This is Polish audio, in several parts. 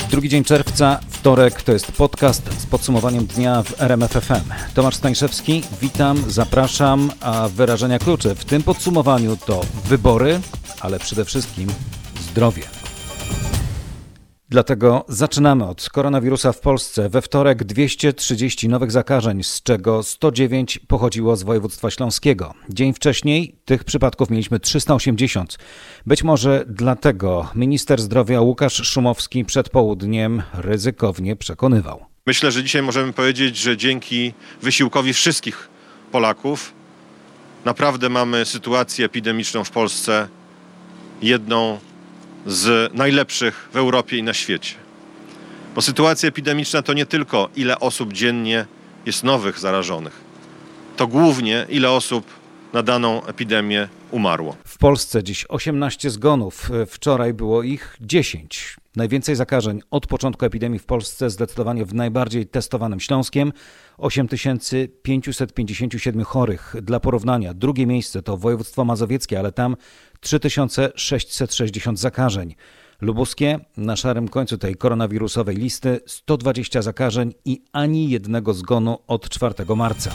Drugi dzień czerwca, wtorek, to jest podcast z podsumowaniem dnia w RMF FM. Tomasz Stańszewski, witam, zapraszam, a wyrażenia klucze w tym podsumowaniu to wybory, ale przede wszystkim zdrowie. Dlatego zaczynamy od koronawirusa w Polsce. We wtorek 230 nowych zakażeń, z czego 109 pochodziło z województwa śląskiego. Dzień wcześniej tych przypadków mieliśmy 380. Być może dlatego minister zdrowia Łukasz Szumowski przed południem ryzykownie przekonywał. Myślę, że dzisiaj możemy powiedzieć, że dzięki wysiłkowi wszystkich Polaków naprawdę mamy sytuację epidemiczną w Polsce jedną z najlepszych w Europie i na świecie. Bo sytuacja epidemiczna to nie tylko ile osób dziennie jest nowych zarażonych, to głównie ile osób na daną epidemię umarło. W Polsce dziś 18 zgonów, wczoraj było ich 10. Najwięcej zakażeń od początku epidemii w Polsce zdecydowanie w najbardziej testowanym Śląskiem. 8557 chorych. Dla porównania drugie miejsce to województwo mazowieckie, ale tam 3660 zakażeń. Lubuskie na szarym końcu tej koronawirusowej listy 120 zakażeń i ani jednego zgonu od 4 marca.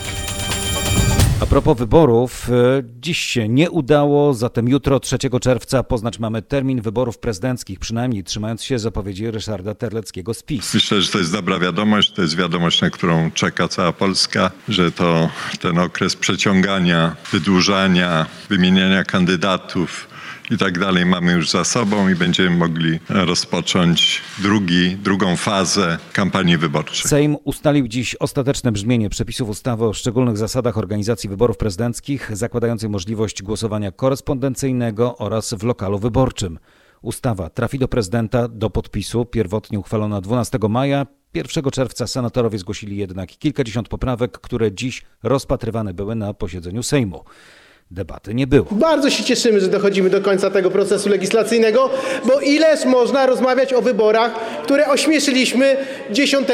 A propos wyborów, dziś się nie udało, zatem jutro, 3 czerwca, poznać mamy termin wyborów prezydenckich, przynajmniej trzymając się zapowiedzi Ryszarda Terleckiego z PiS. Myślę, że to jest dobra wiadomość, to jest wiadomość, na którą czeka cała Polska, że to ten okres przeciągania, wydłużania, wymieniania kandydatów i tak dalej mamy już za sobą i będziemy mogli rozpocząć drugą fazę kampanii wyborczej. Sejm ustalił dziś ostateczne brzmienie przepisów ustawy o szczególnych zasadach organizacji wyborów prezydenckich, zakładającej możliwość głosowania korespondencyjnego oraz w lokalu wyborczym. Ustawa trafi do prezydenta do podpisu, pierwotnie uchwalona 12 maja. 1 czerwca senatorowie zgłosili jednak kilkadziesiąt poprawek, które dziś rozpatrywane były na posiedzeniu Sejmu. Debaty nie było. Bardzo się cieszymy, że dochodzimy do końca tego procesu legislacyjnego, bo ileż można rozmawiać o wyborach, które ośmieszyliśmy 10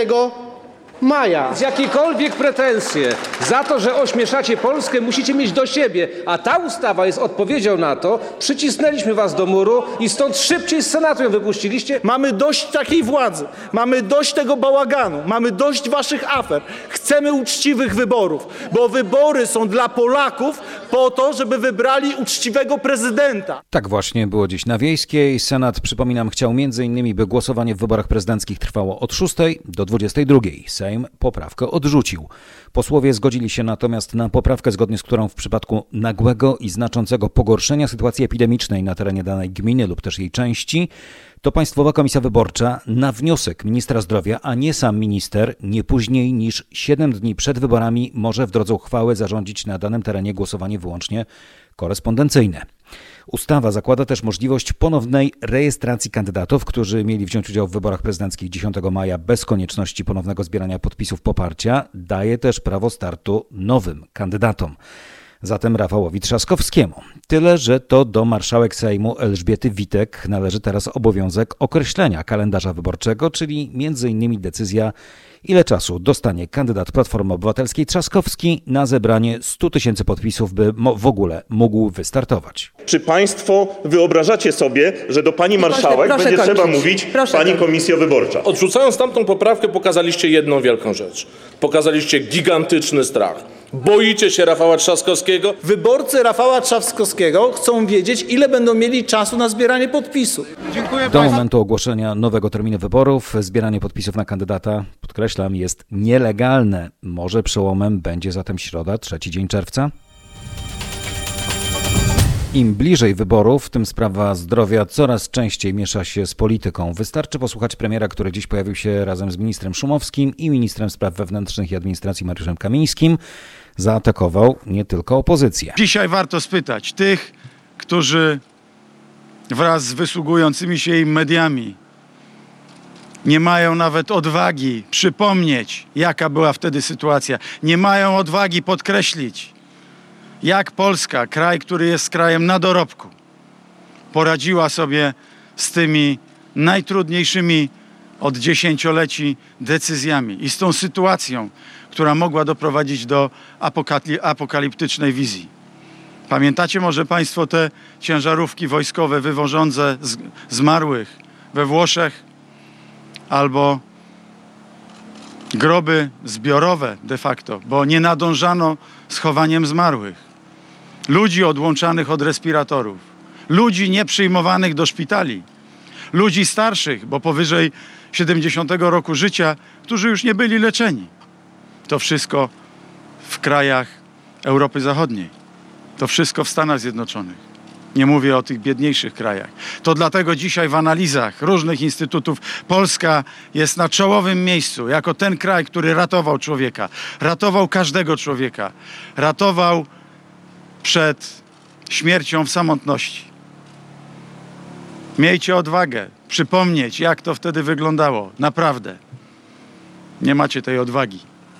maja. Jakiekolwiek pretensje za to, że ośmieszacie Polskę, musicie mieć do siebie, a ta ustawa jest odpowiedzią na to. Przycisnęliśmy was do muru i stąd szybciej z Senatu ją wypuściliście. Mamy dość takiej władzy, mamy dość tego bałaganu, mamy dość waszych afer. Chcemy uczciwych wyborów, bo wybory są dla Polaków po to, żeby wybrali uczciwego prezydenta. Tak właśnie było dziś na Wiejskiej. Senat, przypominam, chciał m.in., by głosowanie w wyborach prezydenckich trwało od 6 do 22. Sejm poprawkę odrzucił. Posłowie zgodzili się natomiast na poprawkę, zgodnie z którą w przypadku nagłego i znaczącego pogorszenia sytuacji epidemicznej na terenie danej gminy lub też jej części, to Państwowa Komisja Wyborcza na wniosek ministra zdrowia, a nie sam minister, nie później niż 7 dni przed wyborami może w drodze uchwały zarządzić na danym terenie głosowanie wyłącznie korespondencyjne. Ustawa zakłada też możliwość ponownej rejestracji kandydatów, którzy mieli wziąć udział w wyborach prezydenckich 10 maja bez konieczności ponownego zbierania podpisów poparcia. Daje też prawo startu nowym kandydatom. Zatem Rafałowi Trzaskowskiemu. Tyle, że to do marszałek Sejmu Elżbiety Witek należy teraz obowiązek określenia kalendarza wyborczego, czyli m.in. decyzja, ile czasu dostanie kandydat Platformy Obywatelskiej Trzaskowski na zebranie 100 000 podpisów, by w ogóle mógł wystartować. Czy państwo wyobrażacie sobie, że do pani marszałek będzie trzeba mówić pani komisja wyborcza? Odrzucając tamtą poprawkę pokazaliście jedną wielką rzecz. Pokazaliście gigantyczny strach. Boicie się Rafała Trzaskowskiego? Wyborcy Rafała Trzaskowskiego chcą wiedzieć, ile będą mieli czasu na zbieranie podpisów. Do momentu ogłoszenia nowego terminu wyborów zbieranie podpisów na kandydata, podkreślam, jest nielegalne. Może przełomem będzie zatem środa, 3 dzień czerwca? Im bliżej wyborów, tym sprawa zdrowia coraz częściej miesza się z polityką. Wystarczy posłuchać premiera, który dziś pojawił się razem z ministrem Szumowskim i ministrem spraw wewnętrznych i administracji Mariuszem Kamińskim. Zaatakował nie tylko opozycję. Dzisiaj warto spytać tych, którzy wraz z wysługującymi się im mediami nie mają nawet odwagi przypomnieć, jaka była wtedy sytuacja. Nie mają odwagi podkreślić, jak Polska, kraj, który jest krajem na dorobku, poradziła sobie z tymi najtrudniejszymi od dziesięcioleci decyzjami i z tą sytuacją, która mogła doprowadzić do apokaliptycznej wizji. Pamiętacie może Państwo te ciężarówki wojskowe wywożące zmarłych we Włoszech? albo groby zbiorowe de facto, bo nie nadążano z chowaniem zmarłych. Ludzi odłączanych od respiratorów, ludzi nieprzyjmowanych do szpitali, ludzi starszych, bo powyżej 70 roku życia, którzy już nie byli leczeni. To wszystko w krajach Europy Zachodniej. To wszystko w Stanach Zjednoczonych. Nie mówię o tych biedniejszych krajach. To dlatego dzisiaj w analizach różnych instytutów Polska jest na czołowym miejscu, jako ten kraj, który ratował człowieka, ratował każdego człowieka, ratował przed śmiercią w samotności. Miejcie odwagę przypomnieć, jak to wtedy wyglądało. Naprawdę. Nie macie tej odwagi.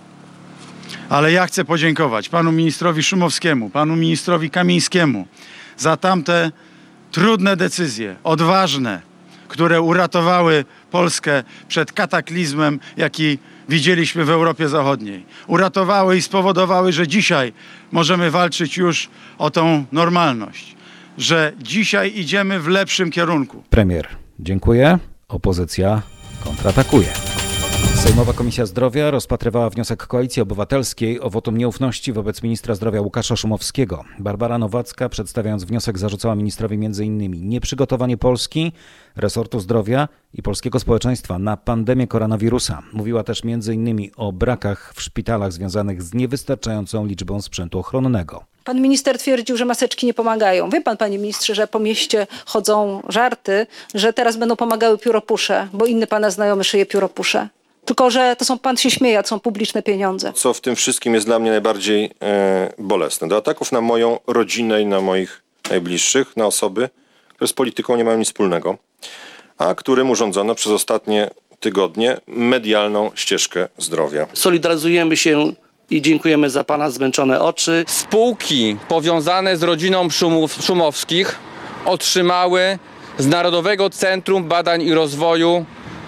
Ale ja chcę podziękować panu ministrowi Szumowskiemu, panu ministrowi Kamińskiemu za tamte trudne decyzje, odważne, które uratowały Polskę przed kataklizmem, jaki widzieliśmy w Europie Zachodniej. Uratowały i spowodowały, że dzisiaj możemy walczyć już o tą normalność, że dzisiaj idziemy w lepszym kierunku. Premier dziękuję, opozycja kontratakuje. Sejmowa Komisja Zdrowia rozpatrywała wniosek Koalicji Obywatelskiej o wotum nieufności wobec ministra zdrowia Łukasza Szumowskiego. Barbara Nowacka, przedstawiając wniosek, zarzucała ministrowi m.in. nieprzygotowanie Polski, resortu zdrowia i polskiego społeczeństwa na pandemię koronawirusa. Mówiła też m.in. o brakach w szpitalach związanych z niewystarczającą liczbą sprzętu ochronnego. Pan minister twierdził, że maseczki nie pomagają. Wie pan, panie ministrze, że po mieście chodzą żarty, że teraz będą pomagały pióropusze, bo inny pana znajomy szyje pióropusze. Tylko że to są, pan się śmieje, to są publiczne pieniądze. Co w tym wszystkim jest dla mnie najbardziej bolesne? Do ataków na moją rodzinę i na moich najbliższych, na osoby, które z polityką nie mają nic wspólnego, a którym urządzono przez ostatnie tygodnie medialną ścieżkę zdrowia. Solidaryzujemy się i dziękujemy za pana zmęczone oczy. Spółki powiązane z rodziną Szumowskich otrzymały z Narodowego Centrum Badań i Rozwoju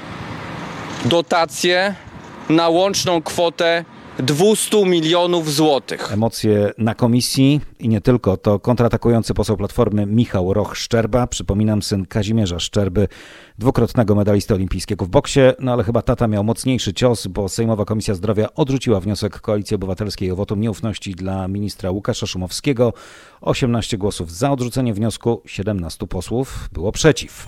dotację na łączną kwotę 200 milionów złotych. Emocje na komisji i nie tylko. To kontratakujący poseł Platformy Michał Roch-Szczerba, przypominam, syn Kazimierza Szczerby, dwukrotnego medalisty olimpijskiego w boksie, no ale chyba tata miał mocniejszy cios, bo Sejmowa Komisja Zdrowia odrzuciła wniosek Koalicji Obywatelskiej o wotum nieufności dla ministra Łukasza Szumowskiego. 18 głosów za odrzucenie wniosku, 17 posłów było przeciw.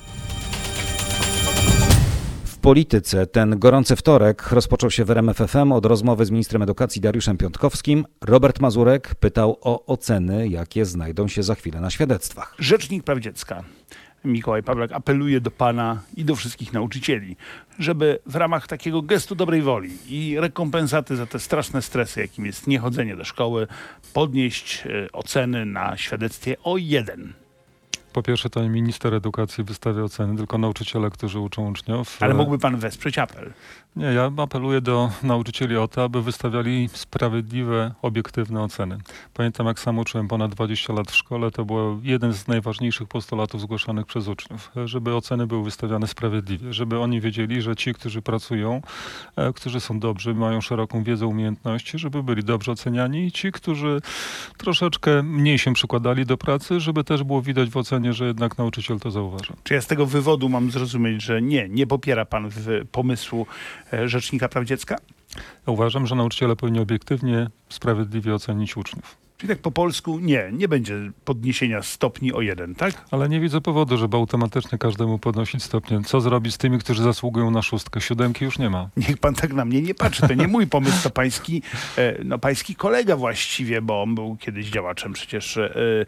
W polityce ten gorący wtorek rozpoczął się w RMF FM od rozmowy z ministrem edukacji Dariuszem Piontkowskim. Robert Mazurek pytał o oceny, jakie znajdą się za chwilę na świadectwach. Rzecznik Praw Dziecka Mikołaj Pawlak apeluje do pana i do wszystkich nauczycieli, żeby w ramach takiego gestu dobrej woli i rekompensaty za te straszne stresy, jakim jest niechodzenie do szkoły, podnieść oceny na świadectwie o 1. Po pierwsze, to nie minister edukacji wystawia oceny, tylko nauczyciele, którzy uczą uczniów. Ale mógłby pan wesprzeć apel? Nie, ja apeluję do nauczycieli o to, aby wystawiali sprawiedliwe, obiektywne oceny. Pamiętam, jak sam uczyłem ponad 20 lat w szkole, to był jeden z najważniejszych postulatów zgłaszanych przez uczniów, żeby oceny były wystawiane sprawiedliwie, żeby oni wiedzieli, że ci, którzy pracują, którzy są dobrzy, mają szeroką wiedzę, umiejętności, żeby byli dobrze oceniani i ci, którzy troszeczkę mniej się przykładali do pracy, żeby też było widać w ocenie, że jednak nauczyciel to zauważa. Czy ja z tego wywodu mam zrozumieć, że nie popiera pan pomysłu Rzecznika Praw Dziecka? Ja uważam, że nauczyciele powinni obiektywnie, sprawiedliwie ocenić uczniów. Czyli tak po polsku nie będzie podniesienia stopni o 1, tak? Ale nie widzę powodu, żeby automatycznie każdemu podnosić stopnie. Co zrobić z tymi, którzy zasługują na 6? 7 już nie ma. Niech pan tak na mnie nie patrzy. To nie mój pomysł, to pański kolega właściwie, bo on był kiedyś działaczem przecież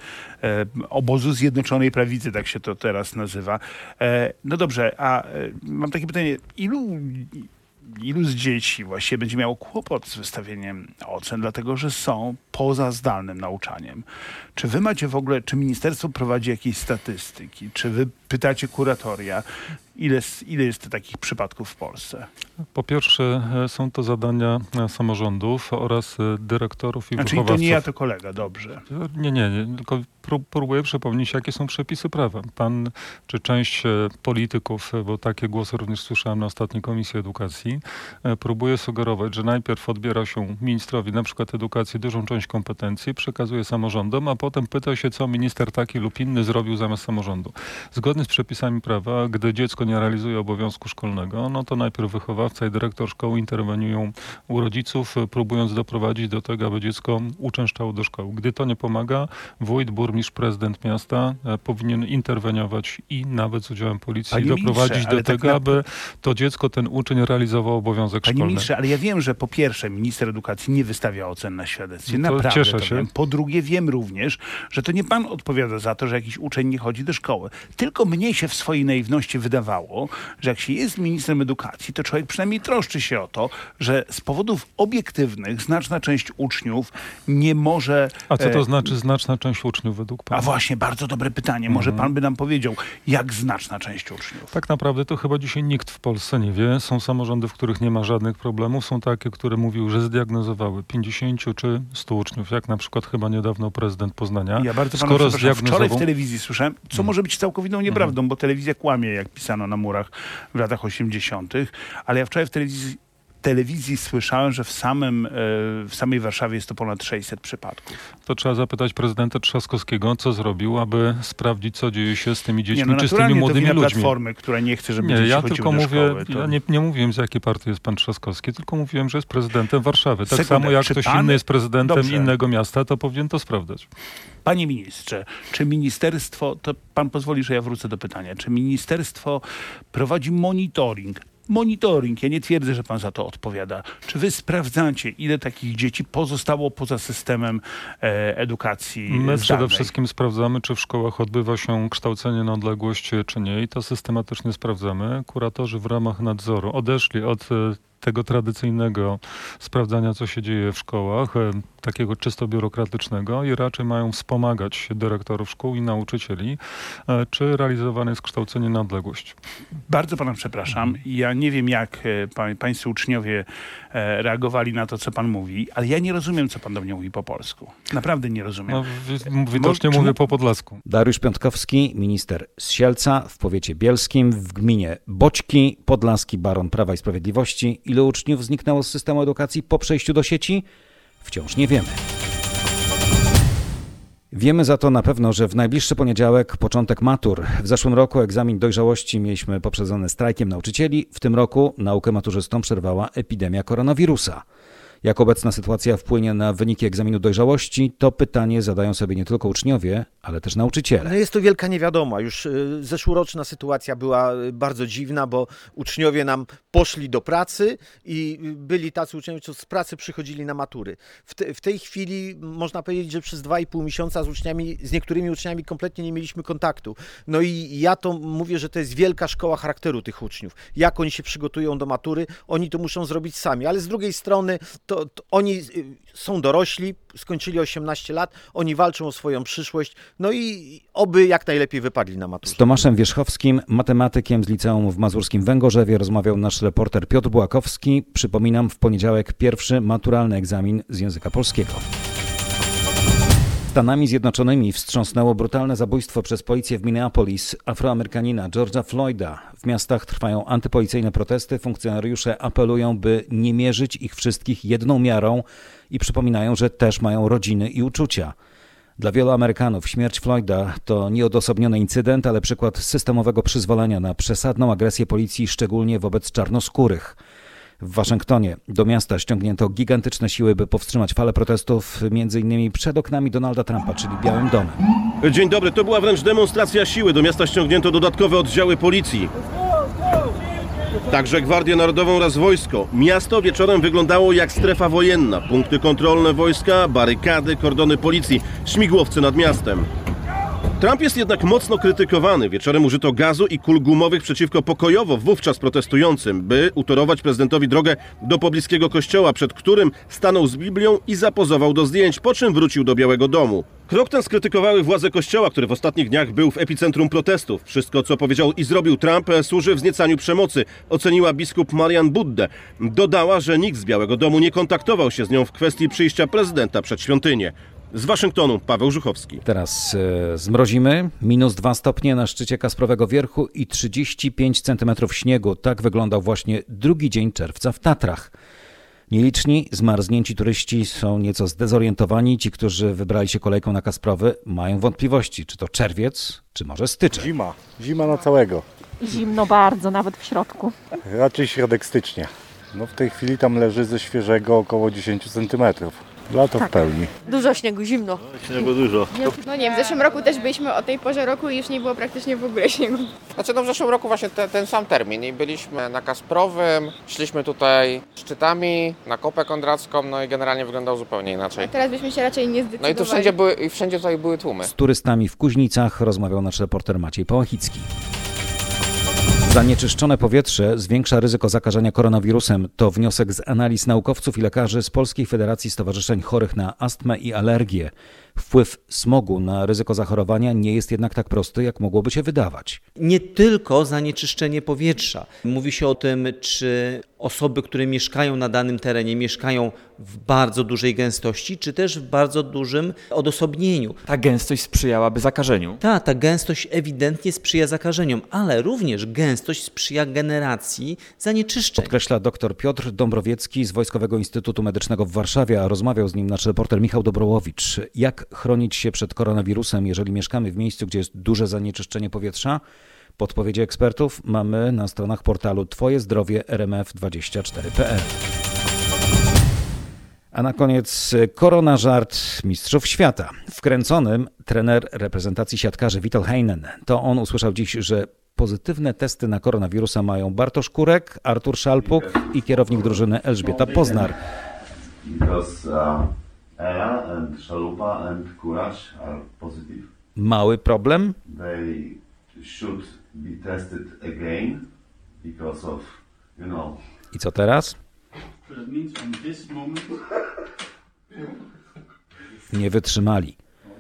obozu Zjednoczonej Prawicy, tak się to teraz nazywa. No dobrze, a mam takie pytanie, ilu z dzieci właściwie będzie miało kłopot z wystawieniem ocen, dlatego że są poza zdalnym nauczaniem? Czy wy macie w ogóle, czy ministerstwo prowadzi jakieś statystyki? Czy wy pytacie kuratoria? Ile jest takich przypadków w Polsce? Po pierwsze, są to zadania samorządów oraz dyrektorów i wychowawców. Czyli to nie ja, to kolega, dobrze. Nie, tylko próbuję przypomnieć, jakie są przepisy prawa. Pan, czy część polityków, bo takie głosy również słyszałem na ostatniej Komisji Edukacji, próbuje sugerować, że najpierw odbiera się ministrowi, na przykład edukacji, dużą część kompetencji, przekazuje samorządom, a potem pyta się, co minister taki lub inny zrobił zamiast samorządu. Zgodnie z przepisami prawa, gdy dziecko nie realizuje obowiązku szkolnego, no to najpierw wychowawca i dyrektor szkoły interweniują u rodziców, próbując doprowadzić do tego, aby dziecko uczęszczało do szkoły. Gdy to nie pomaga, wójt, burmistrz, prezydent miasta powinien interweniować i nawet z udziałem policji doprowadzić do tego, aby to dziecko, ten uczeń realizował obowiązek szkolny. Panie ministrze, ale ja wiem, że po pierwsze minister edukacji nie wystawia ocen na świadectwie. No Naprawdę cieszę to się. wiem. Po drugie wiem również, że to nie pan odpowiada za to, że jakiś uczeń nie chodzi do szkoły. Tylko mnie się w swojej naiwności wydawało, że jak się jest ministrem edukacji, to człowiek przynajmniej troszczy się o to, że z powodów obiektywnych znaczna część uczniów nie może... A co to znaczy znaczna część uczniów według pana? A właśnie, bardzo dobre pytanie. Może pan by nam powiedział, jak znaczna część uczniów? Tak naprawdę to chyba dzisiaj nikt w Polsce nie wie. Są samorządy, w których nie ma żadnych problemów. Są takie, które mówiły, że zdiagnozowały 50 czy 100 uczniów, jak na przykład chyba niedawno prezydent Poznania. Ja bardzo panu przepraszam, wczoraj w telewizji słyszałem, co może być całkowitą nieprawdą, bo telewizja kłamie, jak pisano na murach w latach 80., ale ja wczoraj w telewizji słyszałem, że w samej Warszawie jest to ponad 600 przypadków. To trzeba zapytać prezydenta Trzaskowskiego, co zrobił, aby sprawdzić, co dzieje się z tymi dziećmi, czy z tymi młodymi ludźmi. Platformy, która nie chce, żeby dzieci chodziły do szkoły. Ja nie mówiłem, z jakiej partii jest pan Trzaskowski, tylko mówiłem, że jest prezydentem Warszawy. Tak samo jak ktoś inny jest prezydentem innego miasta, to powinien to sprawdzać. Panie ministrze, czy ministerstwo, to pan pozwoli, że ja wrócę do pytania, czy ministerstwo prowadzi monitoring, ja nie twierdzę, że pan za to odpowiada. Czy wy sprawdzacie, ile takich dzieci pozostało poza systemem edukacji zdalnej? Przede wszystkim sprawdzamy, czy w szkołach odbywa się kształcenie na odległość, czy nie. I to systematycznie sprawdzamy. Kuratorzy w ramach nadzoru odeszli od tego tradycyjnego sprawdzania, co się dzieje w szkołach, takiego czysto biurokratycznego i raczej mają wspomagać dyrektorów szkół i nauczycieli, czy realizowane jest kształcenie na odległość. Bardzo pana przepraszam. Ja nie wiem, jak pańscy uczniowie reagowali na to, co pan mówi, ale ja nie rozumiem, co pan do mnie mówi po polsku. Naprawdę nie rozumiem. No, widocznie mówię po podlasku. Dariusz Piątkowski, minister z Sielca w powiecie bielskim, w gminie Boćki, podlaski baron Prawa i Sprawiedliwości. Ilu uczniów zniknęło z systemu edukacji po przejściu do sieci? Wciąż nie wiemy. Wiemy za to na pewno, że w najbliższy poniedziałek początek matur. W zeszłym roku egzamin dojrzałości mieliśmy poprzedzony strajkiem nauczycieli. W tym roku naukę maturzystom przerwała epidemia koronawirusa. Jak obecna sytuacja wpłynie na wyniki egzaminu dojrzałości, to pytanie zadają sobie nie tylko uczniowie, ale też nauczyciele. No jest to wielka niewiadoma. Już zeszłoroczna sytuacja była bardzo dziwna, bo uczniowie nam poszli do pracy i byli tacy uczniowie, co z pracy przychodzili na matury. W tej chwili można powiedzieć, że przez 2,5 miesiąca z niektórymi uczniami kompletnie nie mieliśmy kontaktu. No i ja to mówię, że to jest wielka szkoła charakteru tych uczniów. Jak oni się przygotują do matury, oni to muszą zrobić sami, ale z drugiej strony to oni są dorośli, skończyli 18 lat, oni walczą o swoją przyszłość, no i oby jak najlepiej wypadli na maturze. Z Tomaszem Wierzchowskim, matematykiem z liceum w mazurskim Węgorzewie, rozmawiał nasz reporter Piotr Bułakowski. Przypominam, w poniedziałek pierwszy maturalny egzamin z języka polskiego. Stanami Zjednoczonymi wstrząsnęło brutalne zabójstwo przez policję w Minneapolis Afroamerykanina George'a Floyda. W miastach trwają antypolicyjne protesty, funkcjonariusze apelują, by nie mierzyć ich wszystkich jedną miarą i przypominają, że też mają rodziny i uczucia. Dla wielu Amerykanów śmierć Floyda to nieodosobniony incydent, ale przykład systemowego przyzwolenia na przesadną agresję policji, szczególnie wobec czarnoskórych. W Waszyngtonie do miasta ściągnięto gigantyczne siły, by powstrzymać falę protestów, m.in. przed oknami Donalda Trumpa, czyli Białym Domem. Dzień dobry, to była wręcz demonstracja siły. Do miasta ściągnięto dodatkowe oddziały policji. Także Gwardię Narodową oraz wojsko. Miasto wieczorem wyglądało jak strefa wojenna. Punkty kontrolne wojska, barykady, kordony policji, śmigłowce nad miastem. Trump jest jednak mocno krytykowany. Wieczorem użyto gazu i kul gumowych przeciwko pokojowo wówczas protestującym, by utorować prezydentowi drogę do pobliskiego kościoła, przed którym stanął z Biblią i zapozował do zdjęć, po czym wrócił do Białego Domu. Krok ten skrytykowały władze kościoła, który w ostatnich dniach był w epicentrum protestów. Wszystko, co powiedział i zrobił Trump, służy wzniecaniu przemocy, oceniła biskup Marian Budde. Dodała, że nikt z Białego Domu nie kontaktował się z nią w kwestii przyjścia prezydenta przed świątynię. Z Waszyngtonu Paweł Żuchowski. Teraz zmrozimy. -2 stopnie na szczycie Kasprowego Wierchu i 35 cm śniegu. Tak wyglądał właśnie drugi dzień czerwca w Tatrach. Nieliczni, zmarznięci turyści są nieco zdezorientowani. Ci, którzy wybrali się kolejką na Kasprowy, mają wątpliwości, czy to czerwiec, czy może styczeń. Zima na całego. Zimno bardzo, nawet w środku. Raczej środek stycznia. No w tej chwili tam leży ze świeżego około 10 cm. Lato w pełni. Dużo śniegu, zimno. Śniegu dużo. No nie, w zeszłym roku też byliśmy o tej porze roku i już nie było praktycznie w ogóle śniegu. Znaczy w zeszłym roku właśnie ten sam termin i byliśmy na Kasprowym, szliśmy tutaj szczytami na Kopę Kondracką, no i generalnie wyglądał zupełnie inaczej. A teraz byśmy się raczej nie zdecydowali. No i tu wszędzie tutaj były tłumy. Z turystami w Kuźnicach rozmawiał nasz reporter Maciej Pałachicki. Zanieczyszczone powietrze zwiększa ryzyko zakażenia koronawirusem. To wniosek z analiz naukowców i lekarzy z Polskiej Federacji Stowarzyszeń Chorych na Astmę i Alergię. Wpływ smogu na ryzyko zachorowania nie jest jednak tak prosty, jak mogłoby się wydawać. Nie tylko zanieczyszczenie powietrza. Mówi się o tym, czy osoby, które mieszkają na danym terenie, mieszkają w bardzo dużej gęstości, czy też w bardzo dużym odosobnieniu. Ta gęstość sprzyjałaby zakażeniu? Ta gęstość ewidentnie sprzyja zakażeniom, ale również gęstość sprzyja generacji zanieczyszczeń. Podkreśla dr Piotr Dąbrowiecki z Wojskowego Instytutu Medycznego w Warszawie, a rozmawiał z nim nasz reporter Michał Dobrołowicz. Jak chronić się przed koronawirusem, jeżeli mieszkamy w miejscu, gdzie jest duże zanieczyszczenie powietrza? Podpowiedzi ekspertów mamy na stronach portalu twojezdrowie.rmf24.pl. A na koniec koronażart mistrzów świata. Wkręconym trener reprezentacji siatkarzy Vital Heinen. To on usłyszał dziś, że pozytywne testy na koronawirusa mają Bartosz Kurek, Artur Szalpuk i kierownik drużyny Elżbieta Poznar. Ela and Szalupa and Kurasz are positive. Mały problem? They should be tested again because of, I co teraz? Nie wytrzymali.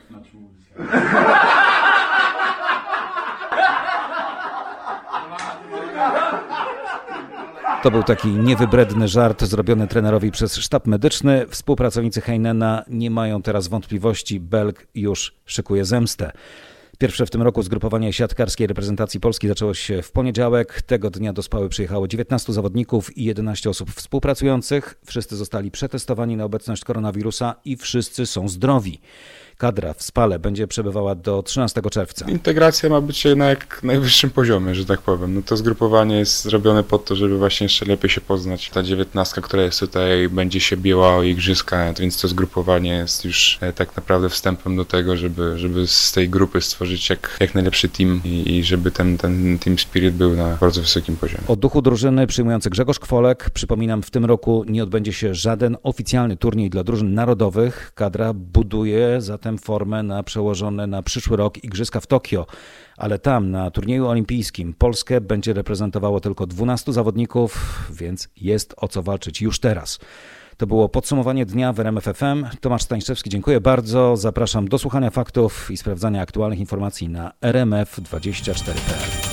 To był taki niewybredny żart zrobiony trenerowi przez sztab medyczny. Współpracownicy Heinena nie mają teraz wątpliwości. Belg już szykuje zemstę. Pierwsze w tym roku zgrupowanie siatkarskiej reprezentacji Polski zaczęło się w poniedziałek. Tego dnia do Spały przyjechało 19 zawodników i 11 osób współpracujących. Wszyscy zostali przetestowani na obecność koronawirusa i wszyscy są zdrowi. Kadra w Spale będzie przebywała do 13 czerwca. Integracja ma być na jak najwyższym poziomie, że tak powiem. No to zgrupowanie jest zrobione po to, żeby właśnie jeszcze lepiej się poznać. Ta 19, która jest tutaj, będzie się biła o igrzyska, więc to zgrupowanie jest już tak naprawdę wstępem do tego, żeby z tej grupy stworzyć jak najlepszy team i żeby ten team spirit był na bardzo wysokim poziomie. O duchu drużyny przyjmujący Grzegorz Kwolek. Przypominam, w tym roku nie odbędzie się żaden oficjalny turniej dla drużyn narodowych. Kadra buduje zatem formę na przełożone na przyszły rok Igrzyska w Tokio, ale tam na turnieju olimpijskim Polskę będzie reprezentowało tylko 12 zawodników, więc jest o co walczyć już teraz. To było podsumowanie dnia w RMF FM. Tomasz Stańszewski, dziękuję bardzo. Zapraszam do słuchania faktów i sprawdzania aktualnych informacji na rmf24.pl.